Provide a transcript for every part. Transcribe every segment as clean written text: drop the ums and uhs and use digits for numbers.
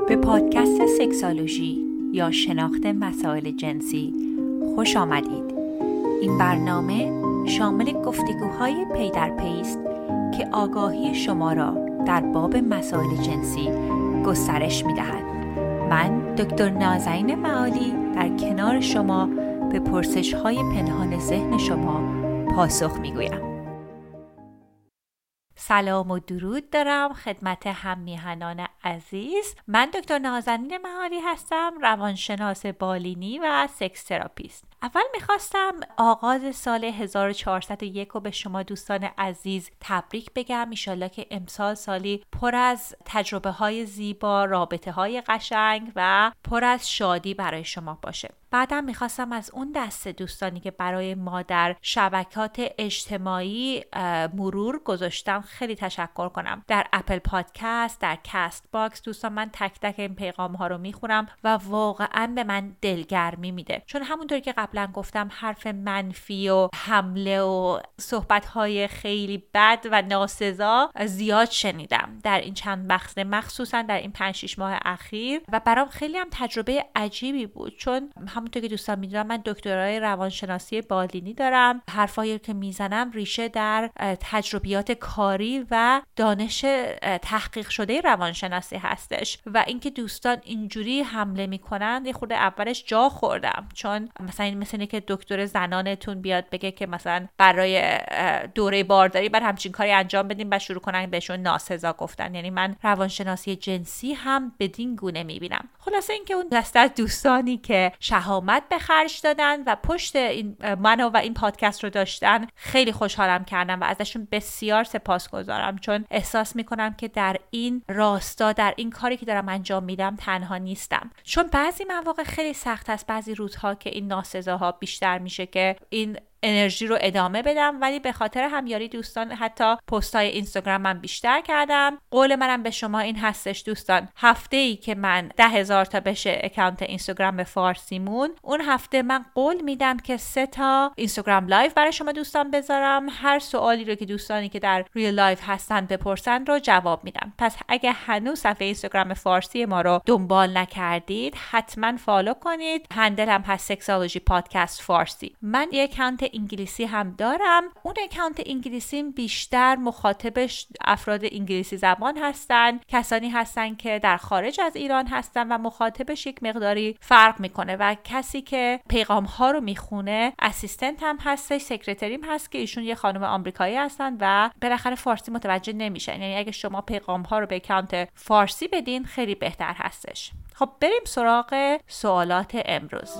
به پادکست سکسولوژی یا شناخت مسائل جنسی خوش آمدید. این برنامه شامل گفتگوهای پی در پی است که آگاهی شما را در باب مسائل جنسی گسترش می‌دهد. من دکتر نازنین معالی در کنار شما به پرسش‌های پنهان ذهن شما پاسخ می‌گویم. سلام و درود دارم خدمت هم‌میهنان عزیز. من دکتر نازنین معالی هستم، روانشناس بالینی و سکس تراپیست. اول میخواستم آغاز سال 1401 رو به شما دوستان عزیز تبریک بگم. ایشالله که امسال سالی پر از تجربه های زیبا، رابطه های قشنگ و پر از شادی برای شما باشه. بعدم میخواستم از اون دسته دوستانی که برای ما در شبکات اجتماعی مرور گذاشتم خیلی تشکر کنم. در اپل پادکست، در کست باکس دوستان، من تک تک این پیغام ها رو میخونم و واقعا به من دلگرمی میده، چون همونطور که قبلا گفتم حرف منفی و حمله و صحبت های خیلی بد و ناسزا زیاد شنیدم در این چند مقطع، مخصوصا در این 5-6 ماه اخیر، و برام خیلی هم تجربه عجیبی بود، چون همونطور که دوستان میدونم من دکترای روانشناسی بالینی دارم. حرفایی که میزنم ریشه در تجربیات کاری و دانش تحقیق شده روانشناسی هستش و اینکه دوستان اینجوری حمله میکنن یه خورده اولش جا خوردم، چون مثلا که دکتر زنانتون بیاد بگه که مثلا برای دوره بارداری بعد همچین کاری انجام بدیم و شروع کنن بهشون ناسزا گفتن. یعنی من روانشناسی جنسی هم بدین گونه میبینم. خلاصه اینکه اون دسته از دوستانی که شهامت به خرج دادن و پشت این منو و این پادکست رو داشتن خیلی خوشحالم کردم و ازشون بسیار سپاسگزارم، چون احساس میکنم که در این راستا، در این کاری که دارم انجام میدم تنها نیستم. چون بعضی مواقع خیلی سخت است، بعضی روزها که این ناسزاها بیشتر میشه که این انرژی رو ادامه بدم، ولی به خاطر همیاری دوستان حتی پست‌های اینستاگرامم بیشتر کردم. قول منم به شما این هستش دوستان، هفته‌ای که من 10,000 تا بشه اکانت اینستاگرام فارسیمون، اون هفته من قول میدم که 3 تا اینستاگرام لایو برای شما دوستان بذارم. هر سوالی رو که دوستانی که در ریل لایو هستن بپرسن رو جواب میدم. پس اگه هنوز صفحه اینستاگرام فارسی ما رو دنبال نکردید حتما فالو کنید. هندلم هست سکسولوژی پادکست فارسی. من یک اکانت انگلیسی هم دارم. اون اکانت انگلیسیم بیشتر مخاطبش افراد انگلیسی زبان هستن، کسانی هستن که در خارج از ایران هستن و مخاطبش یک مقداری فرق میکنه و کسی که پیغام ها رو میخونه اسیستنت هم هستش، سکرتریم هست که ایشون یه خانم آمریکایی هستن و بالاخره فارسی متوجه نمیشن. یعنی اگه شما پیغام ها رو به اکانت فارسی بدین خیلی بهتر هستش. خب بریم سراغ سوالات امروز.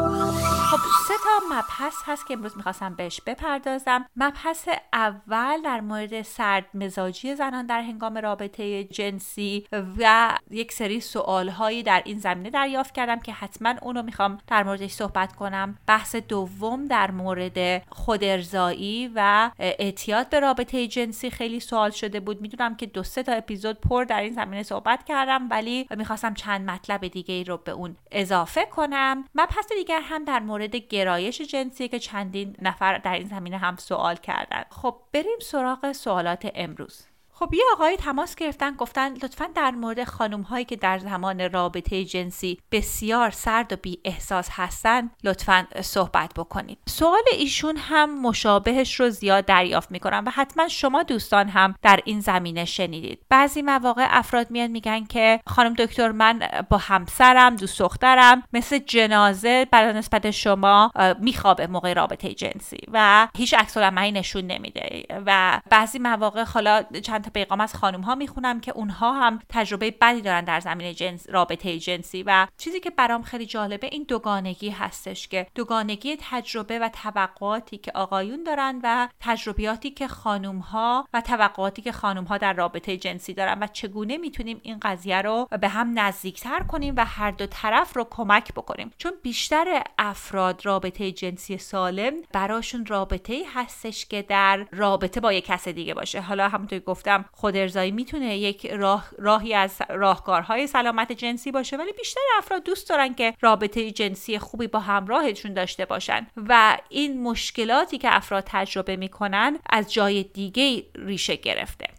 خب 3 تا مبحث هست که امروز میخواستم بهش بپردازم. مبحث اول در مورد سردمزاجی زنان در هنگام رابطه جنسی و یک سری سوالهایی در این زمینه دریافت کردم که حتما اونو میخوام در موردش صحبت کنم. بحث دوم در مورد خودارضایی و اعتیاد به رابطه جنسی خیلی سوال شده بود. میدونم که 2-3 تا اپیزود پر در این زمینه صحبت کردم، ولی میخواستم چند مطلب دیگه رو به اون اضافه کنم. مبحث دیگر هم در مورد گرایش جنسی که چندین نفر در این زمینه هم سوال کردن. خب بریم سراغ سوالات امروز. خب یه آقای تماس گرفتن، گفتن لطفاً در مورد خانم هایی که در زمان رابطه جنسی بسیار سرد و بی احساس هستن لطفاً صحبت بکنید. سوال ایشون هم مشابهش رو زیاد دریافت میکنم و حتما شما دوستان هم در این زمینه شنیدید. بعضی مواقع افراد میان میگن که خانم دکتر من با همسرم، دوست دخترم مثل جنازه برای نسبت شما میخوابه موقع رابطه جنسی و هیچ عکس العملی نشون نمیده. و بعضی مواقع حالا چند پیغام از خانم ها میخونم که اونها هم تجربه بدی دارن در زمینه رابطه جنسی و چیزی که برام خیلی جالبه این دوگانگی هستش، که دوگانگی تجربه و توقعاتی که آقایون دارن و تجربیاتی که خانم ها و توقعاتی که خانم ها در رابطه جنسی دارن و چگونه میتونیم این قضیه رو به هم نزدیکتر کنیم و هر دو طرف رو کمک بکنیم. چون بیشتر افراد رابطه جنسی سالم براشون رابطه‌ای هستش که در رابطه با یک کس دیگه باشه. حالا همونطور گفتم خودارضایی میتونه یک راهی از راهکارهای سلامت جنسی باشه، ولی بیشتر افراد دوست دارن که رابطه جنسی خوبی با همراهشون داشته باشن و این مشکلاتی که افراد تجربه میکنن از جای دیگه ریشه گرفته.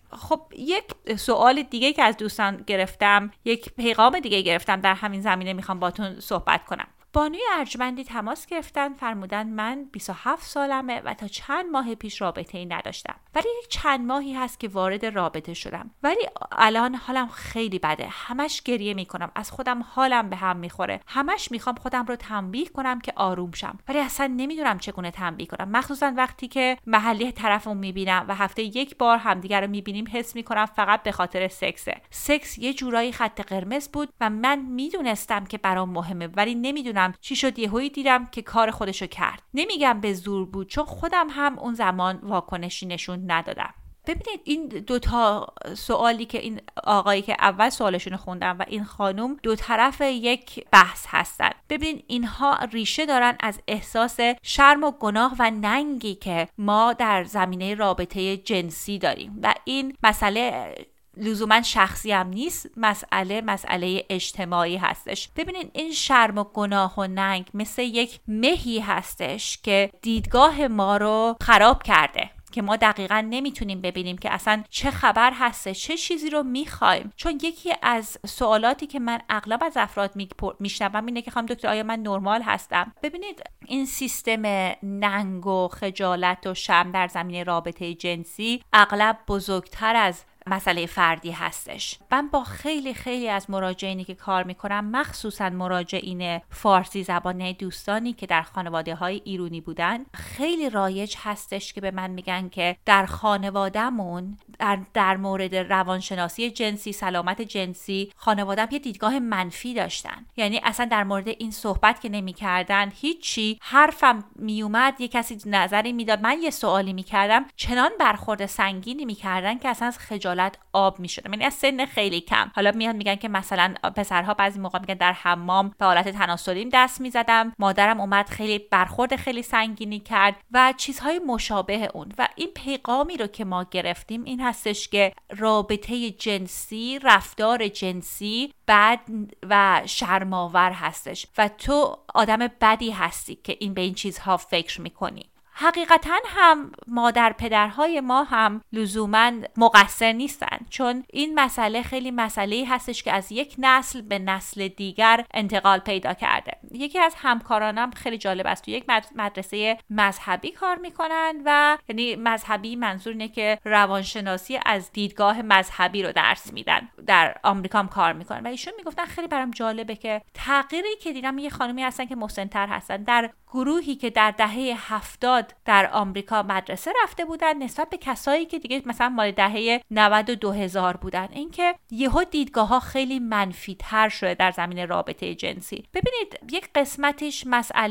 خب یک سوال دیگه که از دوستان گرفتم، یک پیغام دیگه گرفتم در همین زمینه، میخوام باتون صحبت کنم. بانوی ارجمندی تماس گرفتن، فرمودن من 27 سالمه و تا چند ماه پیش رابطه‌ای نداشتم، ولی یک چند ماهی هست که وارد رابطه شدم، ولی الان حالم خیلی بده، همش گریه میکنم، از خودم حالم به هم میخوره، همش میخوام خودم رو تنبیه کنم که آروم شم، ولی اصلا نمیدونم چگونه تنبیه کنم، مخصوصا وقتی که محلی طرفو میبینم و هفته یک بار همدیگه رو میبینیم حس میکنم فقط به خاطر سکسه. سکس یه جورایی خط قرمز بود و من میدونستم که برام مهمه، ولی نمیدونم چی شد یهویی دیدم که کار خودشو کرد. نمیگم به زور بود، چون خودم هم اون زمان واکنشی نشون ندادم. ببینید این دوتا سوالی که این آقایی که اول سوالشون خوندم و این خانم دو طرف یک بحث هستن. ببینید اینها ریشه دارن از احساس شرم و گناه و ننگی که ما در زمینه رابطه جنسی داریم و این مسئله لزوما شخصی هم نیست، مسئله اجتماعی هستش. ببینید این شرم و گناه و ننگ مثل یک مهی هستش که دیدگاه ما رو خراب کرده، که ما دقیقاً نمیتونیم ببینیم که اصلا چه خبر هسته، چه چیزی رو میخوایم. چون یکی از سوالاتی که من اغلب از افراد میشنوم اینه که خانم دکتر آیا من نرمال هستم؟ ببینید این سیستم ننگ و خجالت و شرم در زمینه رابطه جنسی اغلب بزرگتر از مسئله فردی هستش. من با خیلی از مراجعینی که کار میکنم، مخصوصا مراجعین فارسی زبانه دوستانی که در خانواده های ایرانی بودن، خیلی رایج هستش که به من میگن که در خانوادهمون در مورد روانشناسی جنسی، سلامت جنسی، خانواده‌ام یه دیدگاه منفی داشتن. یعنی اصلا در مورد این صحبت که نمی‌کردن، هیچی، حرفم میومد یه کسی نظری میداد، من یه سوالی میکردم، چنان برخورد سنگینی میکردن که اصلا از خجالت آب میشدم. یعنی از سن خیلی کم. حالا میگن که مثلا پسرها بعضی موقع میگن در حمام به حالت تناسلیم دست میزدم، مادرم اومد خیلی برخورد خیلی سنگینی کرد و چیزهای مشابه اون. و این پیغامی رو که ما گرفتیم این هستش که رابطه جنسی، رفتار جنسی بد و شرم‌آور هستش و تو آدم بدی هستی که به این چیزها فکر میکنی. حقیقتا هم مادر پدرهای ما هم لزوما مقصر نیستن، چون این مسئله خیلی مسئله‌ای هستش که از یک نسل به نسل دیگر انتقال پیدا کرده. یکی از همکارانم خیلی جالب است، تو یک مدرسه مذهبی کار میکنن و یعنی مذهبی منظور اینه که روانشناسی از دیدگاه مذهبی رو درس میدن، در آمریکا هم کار میکنن و ایشون میگفتن خیلی برام جالبه که تغییری که دیدم، یه خانمی هستن که مسن‌تر هستن، در گروهی که در دهه 70 در آمریکا مدرسه رفته بودن نسبت به کسایی که دیگه مثلا مال دهه 90 و 2000 بودن، اینکه یهو دیدگاه‌ها خیلی منفی تر شده در زمینه رابطه جنسی. ببینید یک قسمتش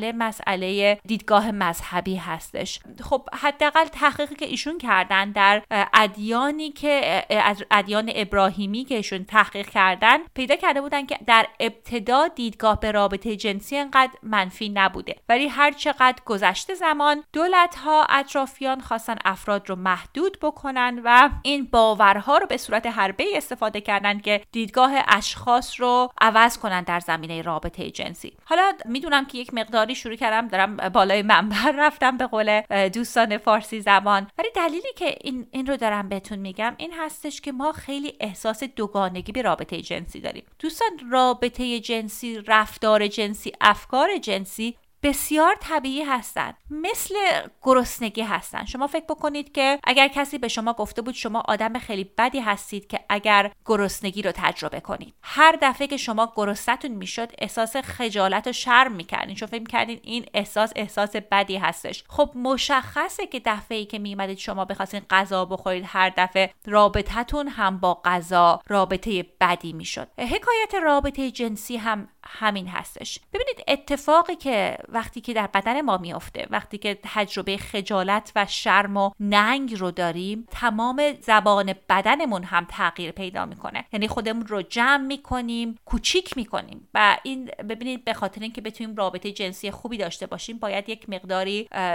مسئله دیدگاه مذهبی هستش. خب حداقل تحقیقی که ایشون کردن در ادیانی که از ادیان ابراهیمی که ایشون تحقیق کردن، پیدا کرده بودن که در ابتدا دیدگاه به رابطه جنسی انقدر منفی نبوده، ولی هر چقدر گذشته زمان دولت‌ها اطرافیان خواستن افراد رو محدود بکنن و این باورها رو به صورت حربه‌ای استفاده کردن که دیدگاه اشخاص رو عوض کنن در زمینه رابطه جنسی. حالا میدونم که یک مقداری شروع کردم دارم بالای منبر رفتم به قول دوستان فارسی زبان، ولی دلیلی که این رو دارم بهتون میگم این هستش که ما خیلی احساس دوگانگی به رابطه جنسی داریم. دوستان رابطه جنسی، رفتار جنسی، افکار جنسی بسیار طبیعی هستن، مثل گرسنگی هستن. شما فکر بکنید که اگر کسی به شما گفته بود شما آدم خیلی بدی هستید که اگر گرسنگی رو تجربه کنید، هر دفعه که شما گرسنتون میشد احساس خجالت و شرم میکردین، شما فکر میکردین این احساس بدی هستش. خب مشخصه که دفعه‌ای که میمدید شما بخواستین غذا بخورید، هر دفعه رابطتون هم با غذا رابطه بدی میشد. حکایت رابطه جنسی هم همین هستش. ببینید اتفاقی که وقتی که در بدن ما میفته، وقتی که تجربه خجالت و شرم و ننگ رو داریم، تمام زبان بدنمون هم تغییر پیدا میکنه. یعنی خودمون رو جمع میکنیم، کوچیک میکنیم و این ببینید به خاطر اینکه بتونیم رابطه جنسی خوبی داشته باشیم باید یک مقداری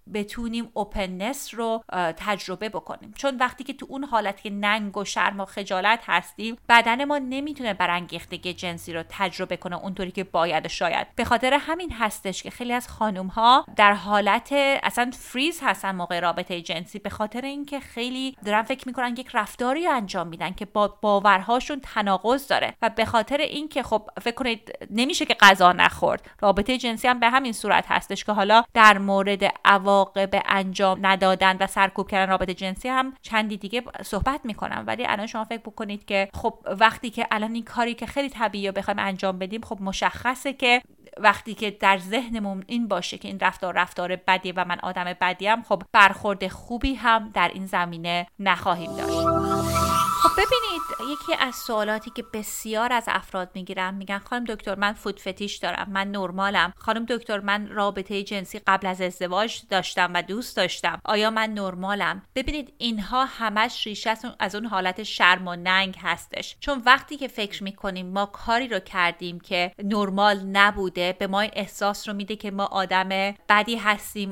بتونیم اوپننس رو تجربه بکنیم. چون وقتی که تو اون حالت که ننگ و شرم و خجالت هستیم، بدن ما نمیتونه برانگیختگی جنسی رو تجربه کنه اونطوری که باید و شاید. به خاطر همین هستش که خیلی از خانم‌ها در حالت اصلا فریز هستن موقع رابطه جنسی، به خاطر اینکه خیلی دارن فکر میکنن یک رفتاری انجام میدن که با باورهاشون تناقض داره و به خاطر اینکه خب فکر کنید نمیشه که غذا نخورد. رابطه جنسی هم به همین صورت هستش که حالا در مورد عواقب انجام ندادن و سرکوب کردن رابطه جنسی هم چندی دیگه صحبت میکنم، ولی الان شما فکر بکنید که خب وقتی که الان این کاری که خیلی طبیعیه بخوایم انجام بدیم، خب مشخصه که وقتی که در ذهنمون این باشه که این رفتار بدیه و من آدم بدیم، خب برخورد خوبی هم در این زمینه نخواهیم داشت. خب ببینید، یکی از سوالاتی که بسیار از افراد میگن خانم دکتر من فود فتیش دارم، من نرمالم. خانم دکتر من رابطه جنسی قبل از ازدواج داشتم و دوست داشتم، آیا من نرمالم؟ ببینید اینها همش ریشه از اون حالت شرم و ننگ هستش. چون وقتی که فکر میکنیم ما کاری رو کردیم که نرمال نبوده، به ما احساس رو میده که ما آدم بدی هستیم،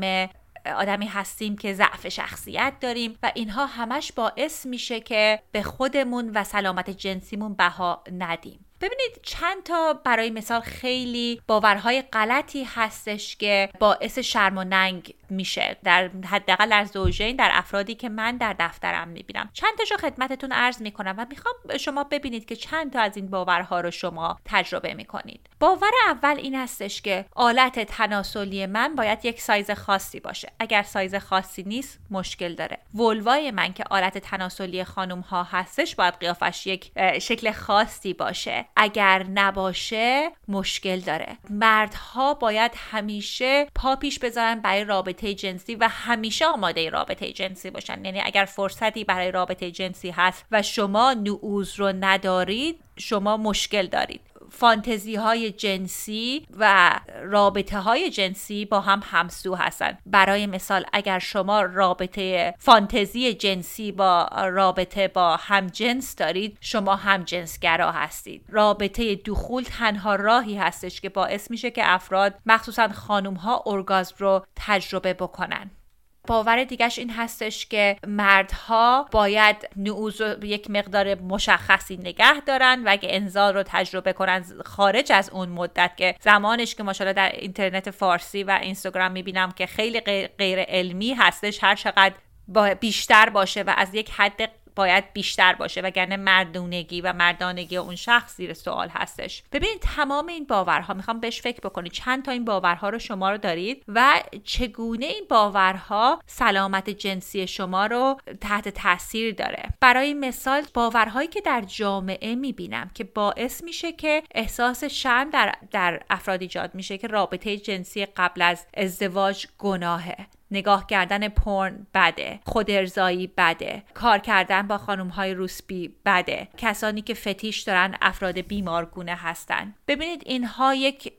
آدمی هستیم که ضعف شخصیت داریم و اینها همش باعث میشه که به خودمون و سلامت جنسیمون بها ندیم. ببینید چند تا برای مثال خیلی باورهای غلطی هستش که باعث شرم و ننگ میشه، در حداقل در زوجین، در افرادی که من در دفترم میبینم. چند تاشو خدمتتون عرض میکنم و میخوام شما ببینید که چند تا از این باورها رو شما تجربه میکنید. باور اول این هستش که آلت تناسلی من باید یک سایز خاصی باشه. اگر سایز خاصی نیست مشکل داره. ولوای من که آلت تناسلی خانم ها هستش باید قیافش یک شکل خاصی باشه. اگر نباشه مشکل داره. مردها باید همیشه پا پیش بذارن برای رابطه جنسی و همیشه آماده رابطه جنسی باشن. یعنی اگر فرصتی برای رابطه جنسی هست و شما نعوذ رو ندارید، شما مشکل دارید. فانتزی های جنسی و رابطه های جنسی با هم همسو هستن. برای مثال اگر شما رابطه فانتزی جنسی با رابطه با همجنس دارید، شما همجنسگرا هستید. رابطه دخول تنها راهی هستش که باعث میشه که افراد مخصوصا خانم ها ارگازم رو تجربه بکنن. باور دیگهش این هستش که مردها باید نعوذ یک مقدار مشخصی نگه دارن و اگه انزال رو تجربه کنن خارج از اون مدت که زمانش که ماشاءالله در اینترنت فارسی و اینستاگرام میبینم که خیلی غیر علمی هستش، هر چقدر بیشتر باشه و از یک حد باید بیشتر باشه، وگرنه مردونگی و مردانگی اون شخص زیر سوال هستش. ببینید تمام این باورها، میخوام بهش فکر بکنید چند تا این باورها رو شما رو دارید و چگونه این باورها سلامت جنسی شما رو تحت تاثیر داره. برای مثال باورهایی که در جامعه میبینم که باعث میشه که احساس شرم در افراد ایجاد میشه که رابطه جنسی قبل از ازدواج گناهه، نگاه کردن پورن بده، خودارضایی بده، کار کردن با خانم‌های روسبی بده، کسانی که فتیش دارن افراد بیمارگونه هستن. ببینید اینها یک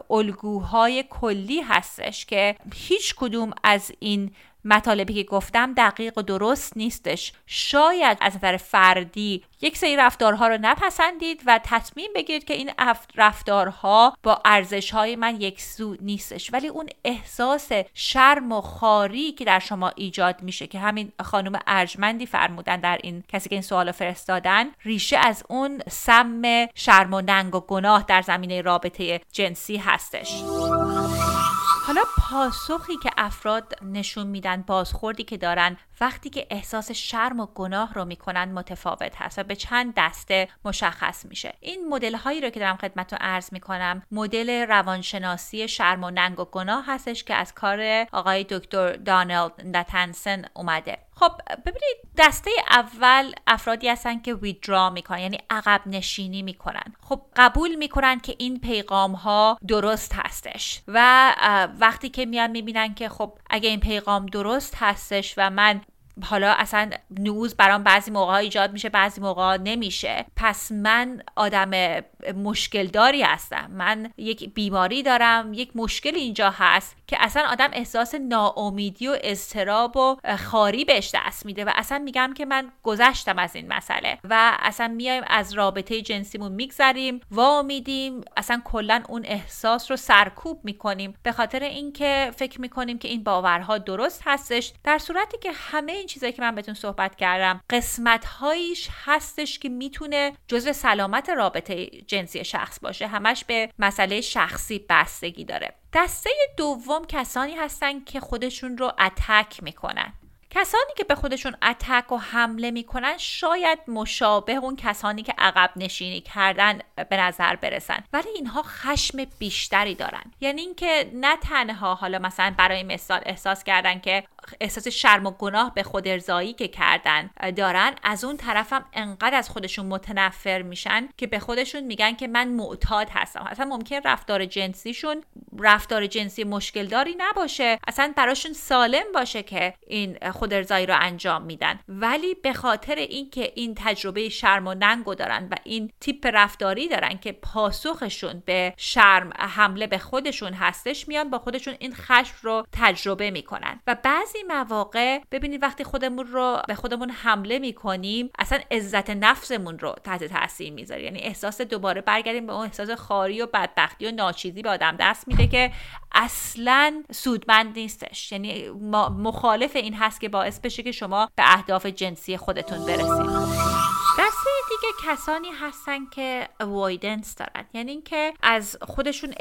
الگوهای کلی هستش که هیچ کدوم از این مطالبی که گفتم دقیق و درست نیستش. شاید از نظر فردی یک سری رفتارها رو نپسندید و تصمیم بگیرید که این رفتارها با ارزش‌های من یکسو نیستش، ولی اون احساس شرم و خواری که در شما ایجاد میشه که همین خانم ارجمندی فرمودن در این کسی که این سوالو فرستادن، ریشه از اون سم شرم و ننگ و گناه در زمینه رابطه جنسی هستش. حالا پاسخی که افراد نشون میدن، بازخوردی که دارن وقتی که احساس شرم و گناه رو میکنن متفاوت هست و به چند دسته مشخص میشه. این مدل هایی رو که دارم خدمتتون عرض میکنم مدل روانشناسی شرم و ننگ و گناه هستش که از کار آقای دکتر دانالد ناتانسن اومده. خب ببینید دسته اول افرادی هستن که ویدرا میکنن، یعنی عقب نشینی میکنن. خب قبول میکنن که این پیغام ها درست هستش و وقتی که میان میبینن که خب اگه این پیغام درست هستش و من حالا اصلا نوز برام بعضی موقع ایجاد میشه، بعضی موقع نمیشه، پس من آدم مشکل داری هستم، من یک بیماری دارم، یک مشکل اینجا هست که اصلا آدم احساس ناامیدی و اضطراب و خاری بهش دست میده و اصلا میگم که من گذشتم از این مسئله و اصلا میایم از رابطه جنسیمون میگذریم، وامیدیم، اصلا کلا اون احساس رو سرکوب میکنیم به خاطر اینکه فکر میکنیم که این باورها درست هستش، در صورتی که همه این چیزایی که من بهتون صحبت کردم قسمت‌هایش هستش که میتونه جزء سلامت رابطه جنسی شخص باشه، همش به مسئله شخصی بستگی داره. دسته دوم کسانی هستن که خودشون رو اتک میکنن. کسانی که به خودشون اتک و حمله میکنن شاید مشابه اون کسانی که عقب نشینی کردن به نظر برسن، ولی اینها خشم بیشتری دارن. یعنی اینکه نه تنها حالا مثلا برای مثال احساس کردن که احساس شرم و گناه به خود ارضایی که کردن دارن، از اون طرفم انقدر از خودشون متنفر میشن که به خودشون میگن که من معتاد هستم. اصلا ممکن رفتار جنسیشون رفتار جنسی مشکل داری نباشه، اصلا براشون سالم باشه که این خود ارضایی رو انجام میدن، ولی به خاطر اینکه این تجربه شرم و ننگو دارن و این تیپ رفتاری دارن که پاسخشون به شرم حمله به خودشون هستش، میان با خودشون این خشم رو تجربه میکنن. و بعضی مواقع ببینید وقتی خودمون رو به خودمون حمله میکنیم اصلا عزت نفسمون رو تحت تاثیر میذاره، یعنی احساس دوباره برگردیم به اون احساس خاری و بدبختی و ناچیزی به آدم دست میده که اصلا سودمند نیستش، یعنی مخالف این هست که باعث بشه که شما به اهداف جنسی خودتون برسید. دسته دیگه کسانی هستن که avoidance دارن، یعنی اینکه از خودشون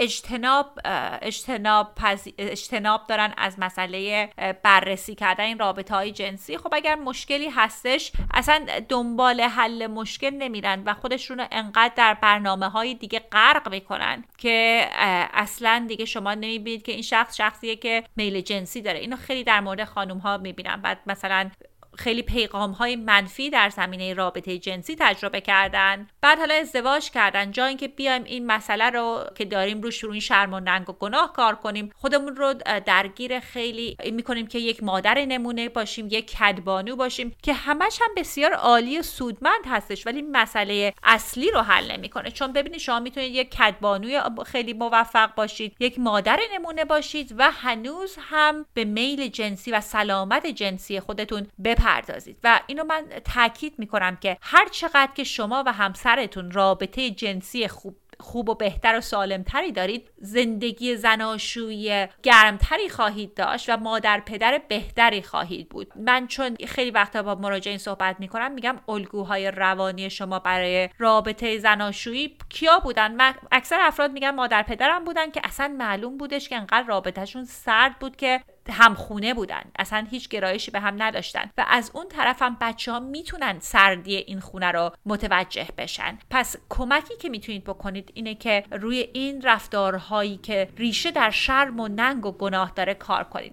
اجتناب دارن از مسئله بررسی کردن این رابطه‌های جنسی. خب اگر مشکلی هستش اصلا دنبال حل مشکل نمیرن و خودشون رو انقدر در برنامه‌های دیگه غرق میکنن که اصلا دیگه شما نمیبینید که این شخصیه که میل جنسی داره. اینو خیلی در مورد خانم‌ها میبینم، بعد مثلا خیلی پیغام‌های منفی در زمینه رابطه جنسی تجربه کردن، بعد حالا ازدواج کردن، جای اینکه بیایم این مسئله رو که داریم روش این شرم و ننگ و گناه کار کنیم، خودمون رو درگیر خیلی می‌کنیم که یک مادر نمونه باشیم، یک کدبانو باشیم که همش هم بسیار عالی و سودمند هستش، ولی مسئله اصلی رو حل نمی‌کنه. چون ببینید شما میتونید یک کدبانوی خیلی موفق باشید، یک مادر نمونه باشید و هنوز هم به میل جنسی و سلامت جنسی خودتون بپردازید. و اینو من تاکید میکنم که هر چقدر که شما و همسرتون رابطه جنسی خوب و بهتر و سالمتری دارید، زندگی زناشویی گرمتری خواهید داشت و مادر پدر بهتری خواهید بود. من چون خیلی وقتا با مراجعین صحبت میکنم میگم الگوهای روانی شما برای رابطه زناشویی کیا بودن؟ من اکثر افراد میگن مادر پدرم بودن که اصلا معلوم بودش که انقدر رابطهشون سرد بود که همخونه بودن، اصلا هیچ گرایشی به هم نداشتن و از اون طرف هم بچه‌ها میتونن سردی این خونه رو متوجه بشن. پس کمکی که میتونید بکنید اینه که روی این رفتارهایی که ریشه در شرم و ننگ و گناه داره کار کنید.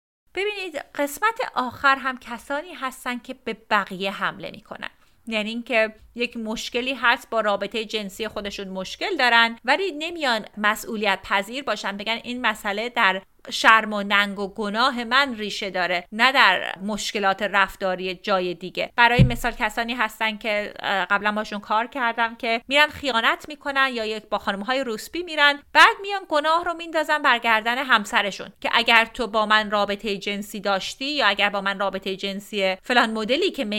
ببینید قسمت آخر هم کسانی هستن که به بقیه حمله میکنن، یعنی اینکه یک مشکلی هست با رابطه جنسی خودشون مشکل دارن ولی نمیان مسئولیت پذیر باشن، بگن این مسئله در شرم و ننگ و گناه من ریشه داره، نه در مشکلات رفتاری جای دیگه. برای مثال کسانی هستن که قبلا باشون کار کردم که میرن خیانت میکنن یا یک با خانم‌های روسپی میرن، بعد میان گناه رو میندازن بر گردن همسرشون که اگر تو با من رابطه جنسی داشتی یا اگر با من رابطه جنسی فلان مدلی که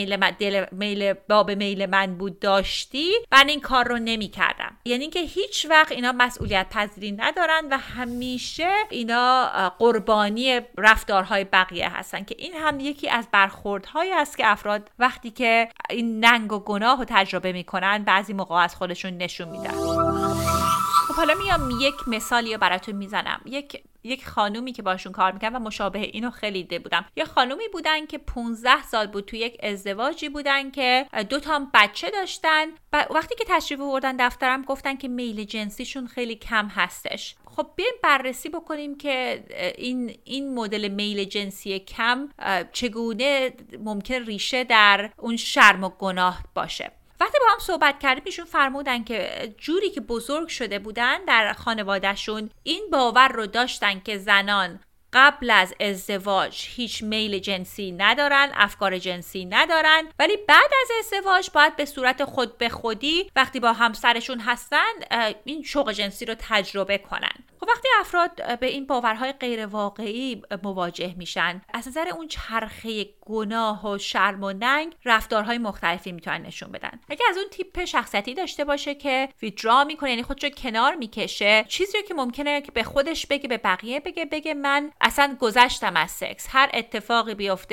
میل من بود داشتی، من این کار رو نمیکردم. یعنی که هیچ وقت اینا مسئولیت پذیری ندارن و همیشه اینا قربانی رفتارهای بقیه هستن که این هم یکی از برخوردهایی است که افراد وقتی که این ننگ و گناه رو تجربه میکنن بعضی موقع از خودشون نشون میدن. خب حالا میام یک مثالی رو براتون میزنم. یک خانومی که باشون کار میکنم و مشابه اینو خیلی دیده بودم. یه خانومی بودن که 15 سال بود تو یک ازدواجی بودن که 2 تا بچه داشتن و وقتی که تشریف آوردن دفترم گفتن که میل جنسیشون خیلی کم هستش. خب بیایم بررسی بکنیم که این مدل میل جنسی کم چگونه ممکن ریشه در اون شرم و گناه باشه. وقتی با هم صحبت کردیم ایشون فرمودن که جوری که بزرگ شده بودن در خانوادهشون این باور رو داشتن که زنان قبل از ازدواج هیچ میل جنسی ندارن، افکار جنسی ندارن، ولی بعد از ازدواج باید به صورت خود به خودی وقتی با همسرشون هستن این شوق جنسی رو تجربه کنن. خب وقتی افراد به این باورهای غیر واقعی مواجه میشن، از نظر اون چرخه گناه و شرم و ننگ رفتارهای مختلفی میتونن نشون بدن. اگه از اون تیپ شخصیتی داشته باشه که ویدرا میکنه، یعنی خودشو کنار میکشه، چیزی رو که ممکنه که به خودش بگه، به بقیه بگه من اصلا گذشتم از سکس، هر اتفاقی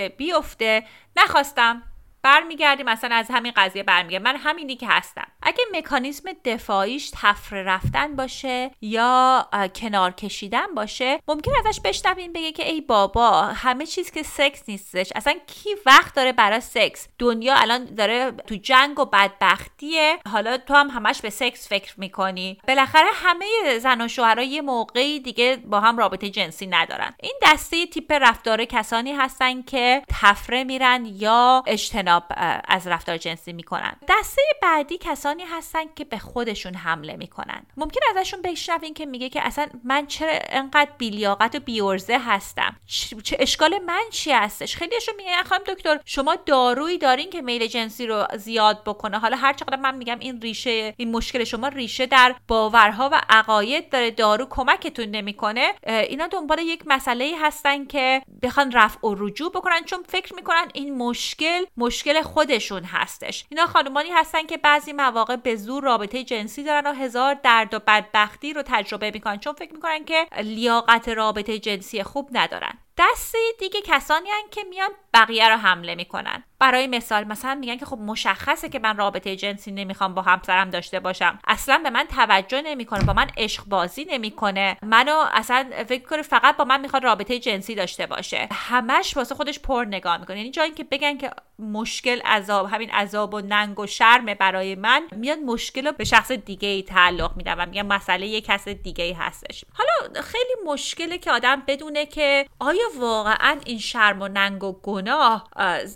بیفته نخواستم، برمیگردیم مثلا از همین قضیه برمیگردیم، من همینی که هستم. اگه مکانیزم دفاعیش تفره رفتن باشه یا کنار کشیدن باشه، ممکن ازش بشنویم بگه که ای بابا همه چیز که سکس نیستش، اصلا کی وقت داره برای سکس، دنیا الان داره تو جنگ و بدبختیه، حالا تو هم همش به سکس فکر میکنی، بالاخره همه زن و شوهرها یه موقعی دیگه با هم رابطه جنسی ندارن. این دسته تیپ رفتار کسانی هستن که تفره میرن یا اجتناب از رفتار جنسی میکنن. دسته بعدی کسانی هستن که به خودشون حمله میکنن. ممکن ازشون بشنوین که میگه که اصلا من چرا انقدر بی‌لیاقت و بی‌عرضه هستم، چه اشکال من چی هستش. خیلیشون میگن خانم دکتر شما دارویی دارین که میل جنسی رو زیاد بکنه. حالا هر چقدر من میگم این مشکل شما ریشه در باورها و عقاید داره، دارو کمکتون نمیکنه. اینا دنبال یک مسئله هستن که بخوان رفع و رجوع بکنن، چون فکر میکنن این مشکل خودشون هستش. اینا خانمانی هستن که بعضی مواقع به زور رابطه جنسی دارن و هزار درد و بدبختی رو تجربه میکنن، چون فکر میکنن که لیاقت رابطه جنسی خوب ندارن. دسته دیگه کسانی هستن که میان بقیه رو حمله میکنن. برای مثال مثلا میگن که خب مشخصه که من رابطه جنسی نمیخوام با همسرم داشته باشم، اصلا به من توجه نمیکنه، با من عشق بازی نمیکنه، منو اصلا فکر کنه فقط با من میخواد رابطه جنسی داشته باشه، همش واسه خودش پر نگاه میکنه. یعنی جایی که بگن که مشکل همین عذاب و ننگ و شرم برای من، میاد مشکل رو به شخص دیگه ای تعلق میدن و میگن مسئله یک کس دیگه ای هستش. حالا خیلی مشکله که آدم بدونه که آیا واقعا این شرم و ننگ و گناه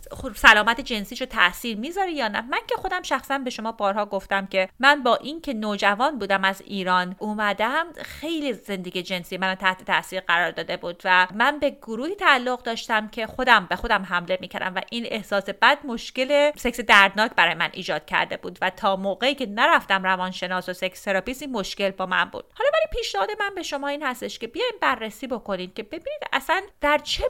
سلامت جنسیشو تاثیر میذاره یا نه. من که خودم شخصا به شما بارها گفتم که من با این که نوجوان بودم از ایران اومدم، خیلی زندگی جنسی من تحت تاثیر قرار داده بود و من به گروهی تعلق داشتم که خودم به خودم حمله میکردم و این احساس بد مشکل سکس دردناک برای من ایجاد کرده بود و تا موقعی که نرفتم روانشناس و سکس تراپیست این مشکل با من بود. حالا ولی پیشنهاد من به شما این هستش که بیاین بررسی بکنید که ببینید اصلا در چه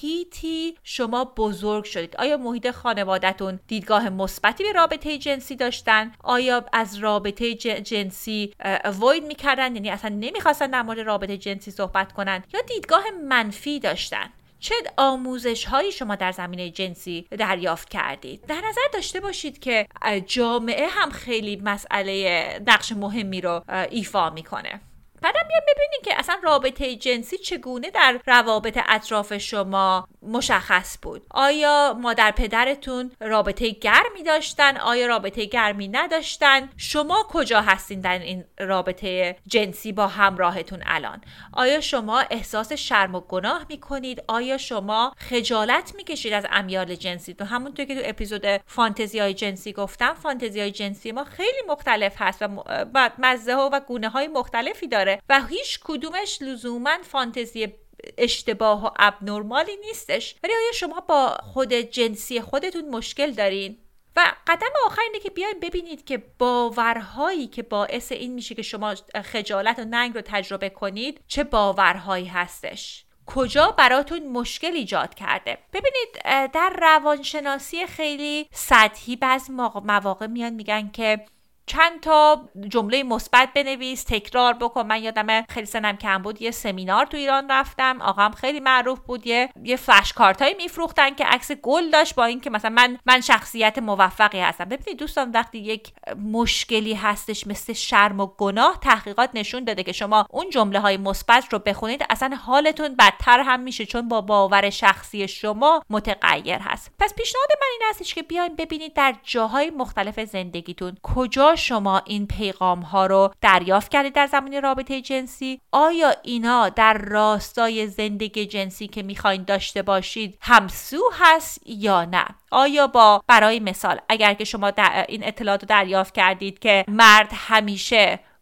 محیطی شما بزرگ شدید. آیا محیط خانواده‌تون دیدگاه مثبتی به رابطه جنسی داشتن؟ آیا از رابطه جنسی اوید میکردن، یعنی اصلا نمیخواستن در مورد رابطه جنسی صحبت کنن، یا دیدگاه منفی داشتن؟ چه آموزش هایی شما در زمینه جنسی دریافت کردید؟ در نظر داشته باشید که جامعه هم خیلی مسئله نقش مهمی رو ایفا میکنه. بعدم بیا ببینید که اصلا رابطه جنسی چگونه در روابط اطراف شما مشخص بود. آیا مادر پدرتون رابطه گرمی داشتن؟ آیا رابطه گرمی نداشتن؟ شما کجا هستین در این رابطه جنسی با همراهتون الان؟ آیا شما احساس شرم و گناه میکنید؟ آیا شما خجالت میکشید از امیال جنسیتون؟ همونطور که تو اپیزود فانتزی‌های جنسی گفتم، فانتزی‌های جنسی ما خیلی مختلف هست و مزه ها و گونه های مختلفی داره و هیچ کدومش لزوماً فانتزی اشتباه و ابنورمالی نیستش. ولی آیا شما با خود جنسی خودتون مشکل دارین؟ و قدم آخر اینه که بیاین ببینید که باورهایی که باعث این میشه که شما خجالت و ننگ رو تجربه کنید چه باورهایی هستش، کجا براتون مشکل ایجاد کرده. ببینید در روانشناسی خیلی سطحی بعضی مواقع میان میگن که چند تا جمله مثبت بنویس، تکرار بکن. من یادمه خیلی سنم کم بود یه سمینار تو ایران رفتم، آقام خیلی معروف بود، یه فلش کارتایی میفروختن که عکس گل داشت با این که مثلا من شخصیت موفقی هستم. ببینید دوستان، وقتی یک مشکلی هستش مثل شرم و گناه، تحقیقات نشون داده که شما اون جمله های مثبت رو بخونید اصلا حالتون بدتر هم میشه، چون با باور شخصی شما متغیر هست. پس پیشنهاد من این هستش که بیاین ببینید در جاهای مختلف زندگیتون کجا شما این پیغام ها رو دریافت کردید در زمینه رابطه جنسی. آیا اینا در راستای زندگی جنسی که میخواین داشته باشید همسو هست یا نه؟ آیا برای مثال اگر که شما این اطلاعات رو دریافت کردید که مرد همیشه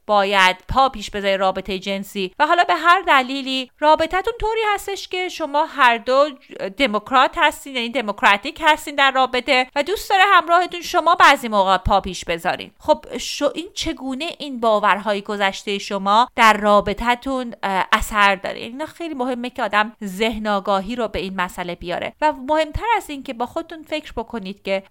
باید پا پیش بذارید رابطه جنسی و حالا به هر دلیلی رابطتون طوری هستش که شما هر دو دموکرات هستین، یعنی دموکراتیک هستین در رابطه و دوست داره همراهتون شما بعضی موقع پا پیش بذارین. خب این چگونه این باورهای گذشته شما در رابطتون اثر داره؟ اینا خیلی مهمه که آدم ذهن آگاهی رو به این مسئله بیاره و مهمتر از این که با خودتون فکر بکنید که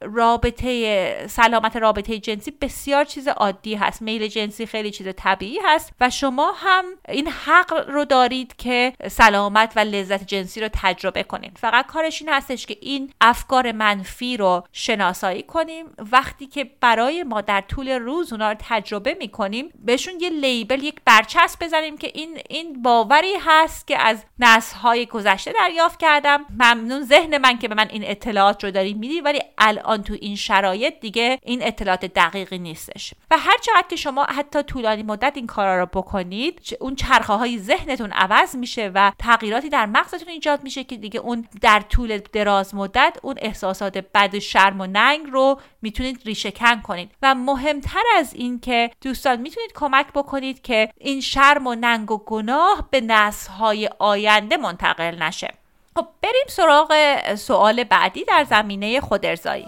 سلامت رابطه جنسی بسیار چیز عادی هست. میل جنسی خیلی چیز طبیعی هست و شما هم این حق رو دارید که سلامت و لذت جنسی رو تجربه کنید. فقط کارش این هستش که این افکار منفی رو شناسایی کنیم. وقتی که برای ما در طول روز اونا رو تجربه میکنیم بهشون یه لیبل، یک برچسب بزنیم که این باوری هست که از نسل‌های گذشته دریافت کردم. ممنون ذهن من که به من این اطلاعات رو داری میدی، ولی الان تو این شرایط دیگه این اطلاعات دقیقی نیستش. و هر چقدر که شما حتی طولانی مدت این کارا رو بکنید، اون چرخه‌های ذهنتون عوض میشه و تغییراتی در مغزتون ایجاد میشه که دیگه اون در طول دراز مدت اون احساسات بد، شرم و ننگ رو میتونید ریشه کن کنید. و مهمتر از این که دوستان میتونید کمک بکنید که این شرم و ننگ و گناه به نسل‌های آینده منتقل نشه. خب بریم سراغ سوال بعدی در زمینه خودارضایی.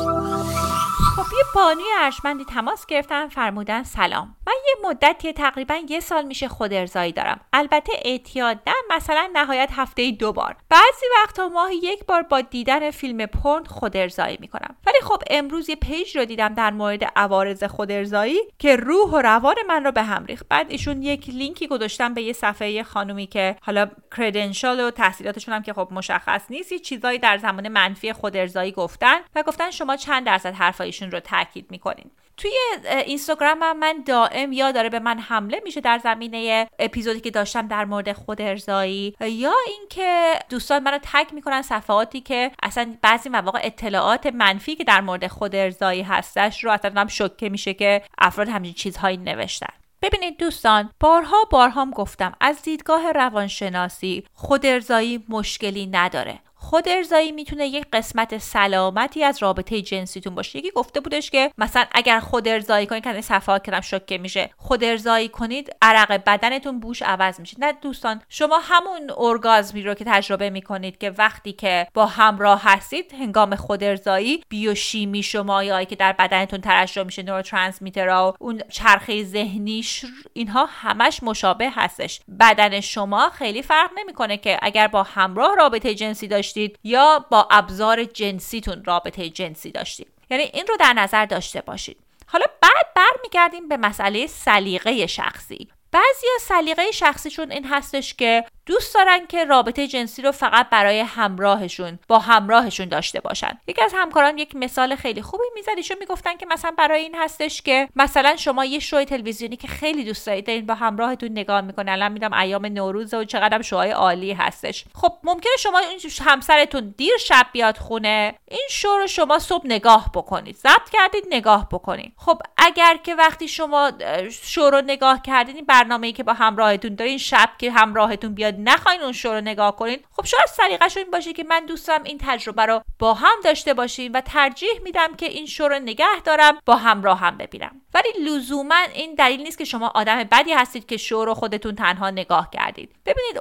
خب یه بانوی ارجمندی تماس گرفتن، فرمودن سلام، من یه مدتی تقریبا 1 سال میشه خودارضایی دارم. البته اعتیاد نه، مثلا نهایت هفته 2 بار، بعضی وقتا ماهی 1 بار با دیدن فیلم پورن خودارضایی میکنم. ولی خب امروز یه پیج رو دیدم در مورد عوارض خودارضایی که روح و روان من رو به هم ریخت. بعد ایشون یک لینکی گذاشتن به یه صفحه خانومی که حالا کردنشال و تحصیلاتشون هم که خب مشخص نیست، یه چیزایی در زمان منفی خودارضایی گفتن و گفتن شما چند درصد حرفایشون رو تاکید میکنین. توی اینستاگرامم من دائم یا داره به من حمله میشه در زمینه اپیزودی که داشتم در مورد خودارضایی، یا اینکه دوستان منو تگ میکنن صفحاتی که اصلا بعضی مواقع اطلاعات منفی که در مورد خودارضایی هستش رو اصلا هم شوکه میشه که افراد همین چیزهایی نوشتن. ببینید دوستان، بارها گفتم از دیدگاه روانشناسی خودارضایی مشکلی نداره. خودارضایی میتونه یک قسمت سلامتی از رابطه جنسیتون باشه. یکی گفته بودش که مثلا اگر خودارضایی کنید، که صفحات کردم شوکه میشه، خودارضایی کنید عرق بدنتون بوش عوض میشه. نه دوستان، شما همون ارگازمی رو که تجربه میکنید که وقتی که با همراه هستید هنگام خودارضایی، بیوشیمی شمایه‌ای که در بدنتون ترشح میشه، نوروترانسمیترها و اون چرخه ذهنیش، اینها همش مشابه هستش. بدن شما خیلی فرق نمیکنه که اگر با همراه رابطه جنسی داشتید یا با ابزار جنسیتون رابطه جنسی داشتید. یعنی این رو در نظر داشته باشید. حالا بعد برمیگردیم به مسئله سلیقه شخصی. بعضیا سلیقه شخصیشون این هستش که دوست دارن که رابطه جنسی رو فقط برای همراهشون با همراهشون داشته باشن. یکی از همکاران یک مثال خیلی خوبی میزد. ایشون میگفتن که مثلا برای این هستش که مثلا شما یه شو تلویزیونی که خیلی دوست دارید دارین با همراهتون نگاه میکنن، الان میدونم ایام نوروز و چقدر شوهای عالی هستش. خب ممکنه شما این همسرتون دیر شب بیاد خونه، این شو رو شما صبح نگاه بکنید، ضبط کردید نگاه بکنید. خب اگر که وقتی شما شو رو نگاه کردین، این برنامه‌ای که با همراهتون دارین، شب که همراهتون بیاد نخواین اون شو رو نگاه کنین، خب شاید سلیقه‌ش این باشه که من دوست دارم این تجربه رو با هم داشته باشیم و ترجیح میدم که این شو رو نگه دارم با همراهم ببینم. ولی لزوما این دلیل نیست که شما آدم بدی هستید که شو رو خودتون تنها نگاه کردید. ببینید،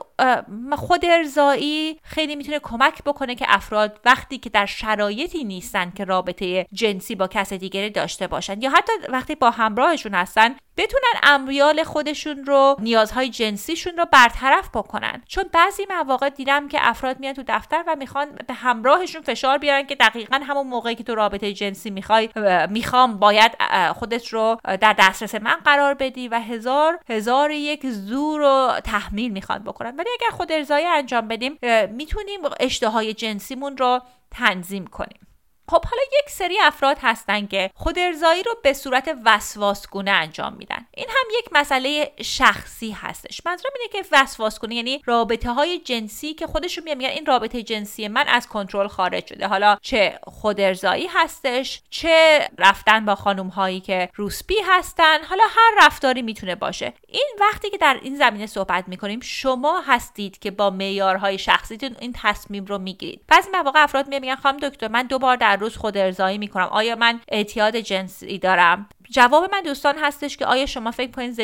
خودارضایی خیلی میتونه کمک بکنه که افراد وقتی که در شرایطی نیستن که رابطه جنسی با کس دیگری داشته باشن، یا حتی وقتی با همراهشون هستن، بتونن امیال خودشون رو، نیازهای جنسیشون رو برطرف بکنن. چون بعضی مواقع دیدم که افراد میان تو دفتر و میخوان به همراهشون فشار بیارن که دقیقاً همون موقعی که تو رابطه جنسی میخوام باید خودت رو در دسترس من قرار بدی و هزار یک زور و تحمیل میخوان بکنن. ولی اگر خودارضایی انجام بدیم، میتونیم اشتهای جنسیمون رو تنظیم کنیم. خب حالا یک سری افراد هستن که خودارضایی رو به صورت وسواسگونه انجام میدن. این هم یک مسئله شخصی هستش. منظورم اینه که وسواسگونه یعنی رابطه های جنسی که خودشون میگن این رابطه جنسی من از کنترل خارج شده. حالا چه خودارضایی هستش، چه رفتن با خانم هایی که روسپی هستن، حالا هر رفتاری میتونه باشه. این وقتی که در این زمینه صحبت میکنیم، شما هستید که با معیارهای شخصیتون این تصمیم رو میگیرید. بعضی مواقع افراد میگن خانم دکتر، من 2 بار در روز خود ارضایی میکنم؟ آیا من اعتیاد جنسی دارم؟ جواب من دوستان هستش که آیا شما فکر کنید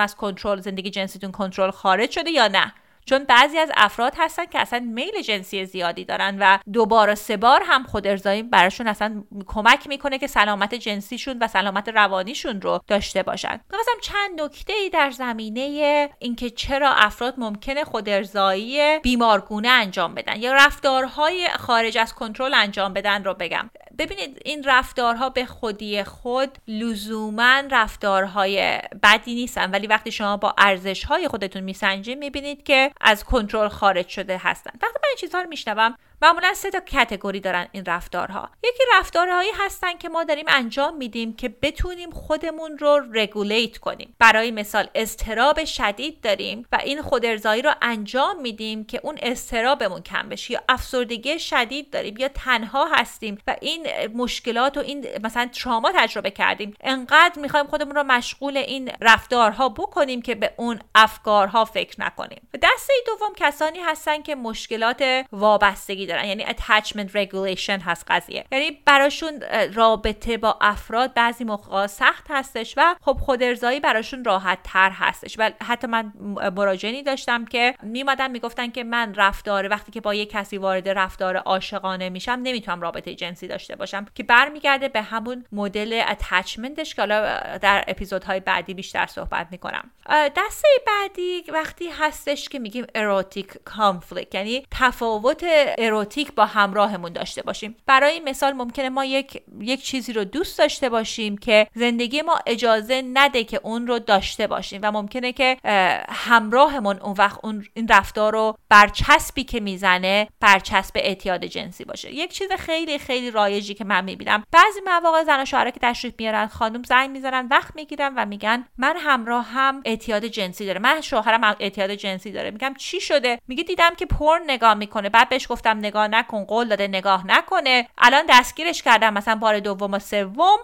زندگی جنسیتون کنترل خارج شده یا نه؟ چون بعضی از افراد هستن که اصلا میل جنسی زیادی دارن و 2 بار و 3 بار هم خود ارضایی براشون اصلا کمک میکنه که سلامت جنسیشون و سلامت روانیشون رو داشته باشن. مثلا چند نکته‌ای در زمینه اینکه چرا افراد ممکنه خود ارضایی بیمارگونه انجام بدن یا رفتارهای خارج از کنترل انجام بدن رو بگم. ببینید این رفتارها به خودی خود لزوماً رفتارهای بدی نیستن، ولی وقتی شما با ارزش‌های خودتون میسنجید میبینید که از کنترل خارج شده هستن. وقتی من این چیزها رو میشنوم معمولا 3 تا کاتگوری دارن این رفتارها. یکی رفتارهایی هستن که ما داریم انجام میدیم که بتونیم خودمون رو رگولیت کنیم. برای مثال اضطراب شدید داریم و این خودارضایی رو انجام میدیم که اون اضطرابمون کم بشه، یا افسردگی شدید داریم یا تنها هستیم و این مشکلات و این مثلا تراما تجربه کردیم، انقدر میخوایم خودمون رو مشغول این رفتارها بکنیم که به اون افکارها فکر نکنیم. و دسته دوم کسانی هستن که مشکلات وابستگی دارن، یعنی attachment regulation هست قضیه، یعنی براشون رابطه با افراد بعضی موقع سخت هستش و خب خودارضایی براشون راحت تر هستش. و حتی من مراجعینی داشتم که میمدن میگفتن که من وقتی که با یک کسی وارد رفتار عاشقانه میشم نمیتونم رابطه جنسی داشته باشم، که برمیگرده به همون مدل attachmentش که حالا در اپیزودهای بعدی بیشتر صحبت میکنم. دسته بعدی وقتی هستش که میگیم erotic conflict، یعنی تفاوت اروتیک با همراهمون داشته باشیم. برای مثال ممکنه ما یک چیزی رو دوست داشته باشیم که زندگی ما اجازه نده که اون رو داشته باشیم و ممکنه که همراهمون اون وقت این رفتار رو برچسبی که میزنه برچسب اعتیاد جنسی باشه. یک چیز خیلی خیلی رایجی که من میبینم بعضی مواقع زن و شوهر که تشریف میارن، خانم زنگ میزنن، وقت میگیرن و میگن من همراهم اعتیاد جنسی داره، من شوهرم اعتیاد جنسی داره. میگم چی شده؟ میگه دیدم که پورن نگاه میکنه، بعد بهش گفتم نگاه نکن، قول داده نگاه نکنه، الان دستگیرش کردم مثلا بار 2 و 3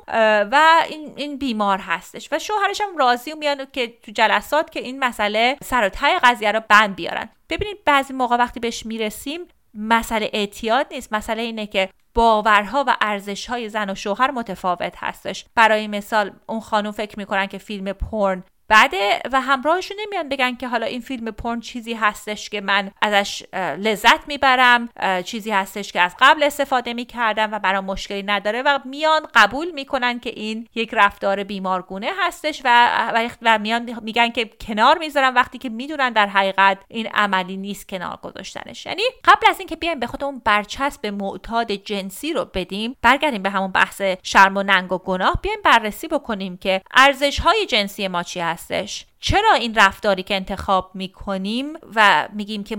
و این بیمار هستش. و شوهرش هم راضی و میاد که تو جلسات که این مسئله سر و ته قضیه رو بند بیارن. ببینید بعضی موقع وقتی بهش میرسیم مسئله اعتیاد نیست، مسئله اینه که باورها و ارزش‌های زن و شوهر متفاوت هستش. برای مثال اون خانم فکر میکنن که فیلم پورن بعده و همراهشون نمیان بگن که حالا این فیلم پورن چیزی هستش که من ازش لذت میبرم، چیزی هستش که از قبل استفاده میکردم و برام مشکلی نداره، و میان قبول میکنن که این یک رفتار بیمارگونه هستش و میان میگن که کنار میذارن، وقتی که میدونن در حقیقت این عملی نیست کنار گذاشتنش. یعنی قبل از اینکه بیایم به خودمون برچسب معتاد جنسی رو بدیم، برگردیم به همون بحث شرم و ننگ و گناه، بیایم بررسی بکنیم که ارزش‌های جنسی ما چی هستش، چرا این رفتاری که انتخاب میکنیم و میگیم که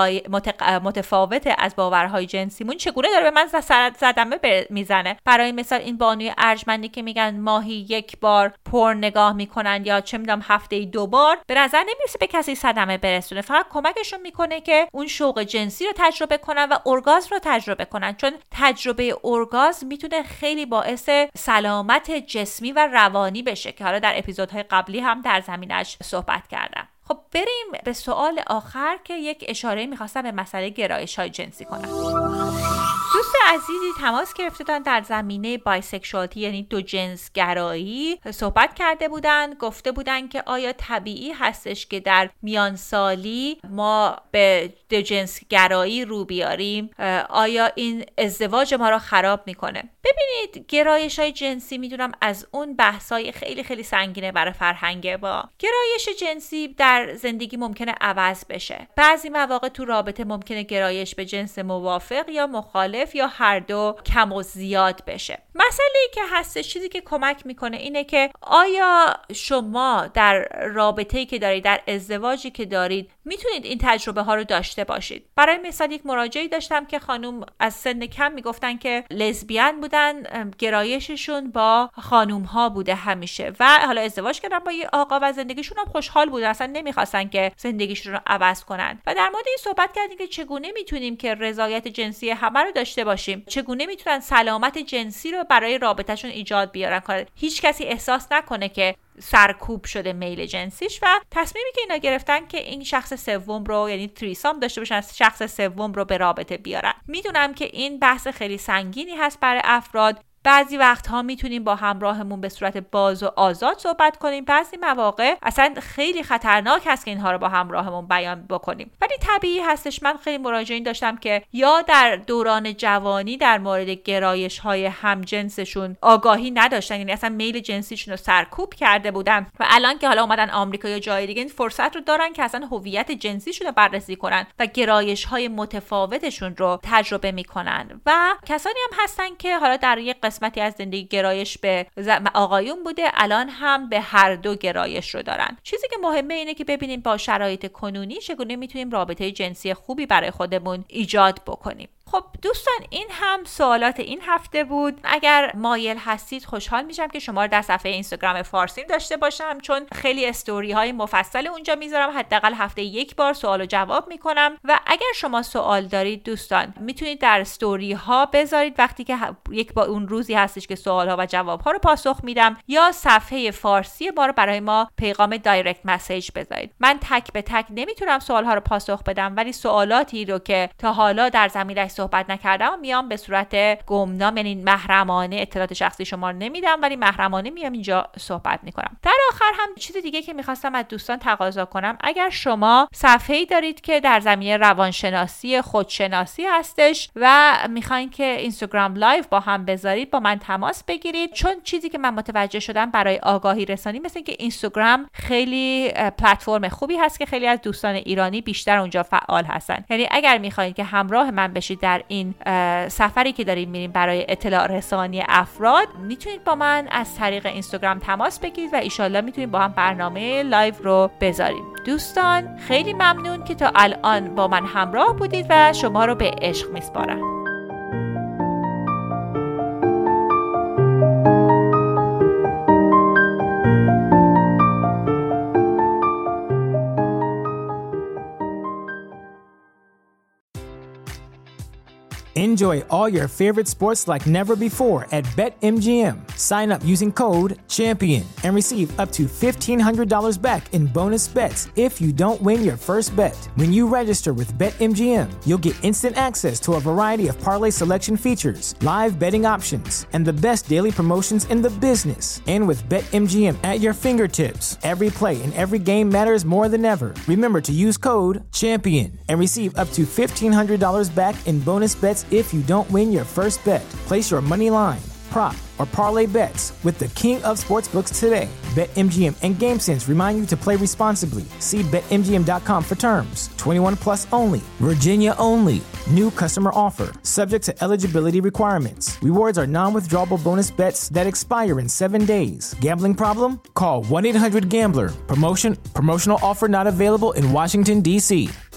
متفاوته از باورهای جنسیمون چگونه داره به من صدمه میزنه. برای مثال این بانوی ارجمندی که میگن ماهی 1 بار پورن نگاه میکنن یا چه میدونم هفته 2 بار، به نظر نمیرسه به کسی صدمه برسونه، فقط کمکشون میکنه که اون شوق جنسی رو تجربه کنن و ارگازم رو تجربه کنن، چون تجربه ارگازم میتونه خیلی باعث سلامت جسمی و روانی بشه که حالا در اپیزودهای قبلی هم در زمینش صحبت کردم. خب بریم به سوال آخر که یک اشاره میخواستم به مسئله گرایش‌های جنسی کنم. دوست عزیزی تماس گرفتن در زمینه بایسکشوالیتی، یعنی دو جنس گرایی صحبت کرده بودن، گفته بودن که آیا طبیعی هستش که در میان سالی ما به دو جنس گرایی رو بیاریم؟ آیا این ازدواج ما را خراب میکنه؟ ببینید گرایش‌های جنسی میدونم از اون بحث‌های خیلی خیلی سنگینه برای فرهنگ با گرایش جنسی در زندگی ممکنه عوض بشه. بعضی مواقع تو رابطه ممکنه گرایش به جنس موافق یا مخالف یا هر دو کم و زیاد بشه. مسئله‌ای که هستش، چیزی که کمک میکنه اینه که آیا شما در رابطه‌ای که دارید، در ازدواجی که دارید، میتونید این تجربه ها رو داشته باشید. برای مثال یک مراجعی داشتم که خانم از سن کم میگفتن که لزبیان بودن، گرایششون با خانوم ها بوده همیشه و حالا ازدواج کردن با یه آقا و زندگیشون هم خوشحال بودن، اصلا نمیخواستن که زندگیشون رو عوض کنن. و در مورد این صحبت کردیم که چگونه میتونیم که رضایت جنسی همه رو داشته باشیم، چگونه میتونن سلامت جنسی رو برای رابطهشون ایجاد بیارن، هیچ کسی احساس نکنه که سرکوب شده میل جنسیش و تصمیمی که اینا گرفتن که این شخص سوم رو، یعنی تریسام داشته باشن، شخص سوم رو به رابطه بیارن. میدونم که این بحث خیلی سنگینی هست برای افراد. بعضی وقتها میتونیم با همراهمون به صورت باز و آزاد صحبت کنیم، بعضی مواقع اصلا خیلی خطرناک هست که اینها رو با همراهمون بیان بکنیم، ولی طبیعی هستش. من خیلی مراجعین داشتم که یا در دوران جوانی در مورد گرایش‌های همجنسشون آگاهی نداشتن، یعنی اصلا میل جنسیشون رو سرکوب کرده بودن و الان که حالا اومدن آمریکا یا جای دیگه این فرصت رو دارن که اصلا هویت جنسیشون رو بررسی کنن و گرایش‌های متفاوتشون رو تجربه میکنن. و کسانی هم هستن که حالا در یک قسمتی از زندگی گرایش به آقایون بوده، الان هم به هر دو گرایش رو دارن. چیزی که مهمه اینه که ببینیم با شرایط کنونی چگونه میتونیم رابطه جنسی خوبی برای خودمون ایجاد بکنیم. خب دوستان، این هم سوالات این هفته بود. اگر مایل هستید خوشحال میشم که شما رو در صفحه اینستاگرام فارسیم داشته باشم، چون خیلی استوری های مفصل اونجا میذارم، حداقل هفته یک بار سوال و جواب میکنم. و اگر شما سوال دارید دوستان میتونید در استوری ها بذارید وقتی که یک با اون روزی هستش که سوال ها و جواب ها رو پاسخ میدم، یا صفحه فارسی ما رو برای ما پیغام دایرکت مسیج بذارید. من تک به تک نمیتونم سوال ها رو پاسخ بدم، ولی سوالاتی رو که تا حالا در زمینه صحبت نکردم و میام به صورت گمنام، یعنی محرمانه اطلاعات شخصی شما رو نمیدم، ولی محرمانه میام اینجا صحبت میکنم. در آخر هم چیز دیگه که میخواستم از دوستان تقاضا کنم، اگر شما صفحه‌ای دارید که در زمینه روانشناسی، خودشناسی هستش و میخواین که اینستاگرام لایو با هم بذارید، با من تماس بگیرید. چون چیزی که من متوجه شدم برای آگاهی رسانی مثل که اینستاگرام خیلی پلتفرم خوبی هست که خیلی از دوستان ایرانی بیشتر اونجا فعال هستن. یعنی اگر میخواین که همراه من بشید در این سفری که داریم میریم برای اطلاع رسانی افراد، میتونید با من از طریق اینستاگرام تماس بگیرید و ایشالله میتونید با هم برنامه لایو رو بذاریم. دوستان خیلی ممنون که تا الان با من همراه بودید و شما رو به عشق میسپارم. Enjoy all your favorite sports like never before at BetMGM. Sign up using code CHAMPION and receive up to $1,500 back in bonus bets if you don't win your first bet. When you register with BetMGM, you'll get instant access to a variety of parlay selection features, live betting options, and the best daily promotions in the business. And with BetMGM at your fingertips, every play and every game matters more than ever. Remember to use code CHAMPION and receive up to $1,500 back in bonus bets if you don't win your first bet. Place your money line, prop, or parlay bets with the king of sportsbooks today. BetMGM and GameSense remind you to play responsibly. See BetMGM.com for terms. 21 plus only. Virginia only. New customer offer. Subject to eligibility requirements. Rewards are non-withdrawable bonus bets that expire in 7 days. Gambling problem? Call 1-800-GAMBLER. Promotional offer not available in Washington, D.C.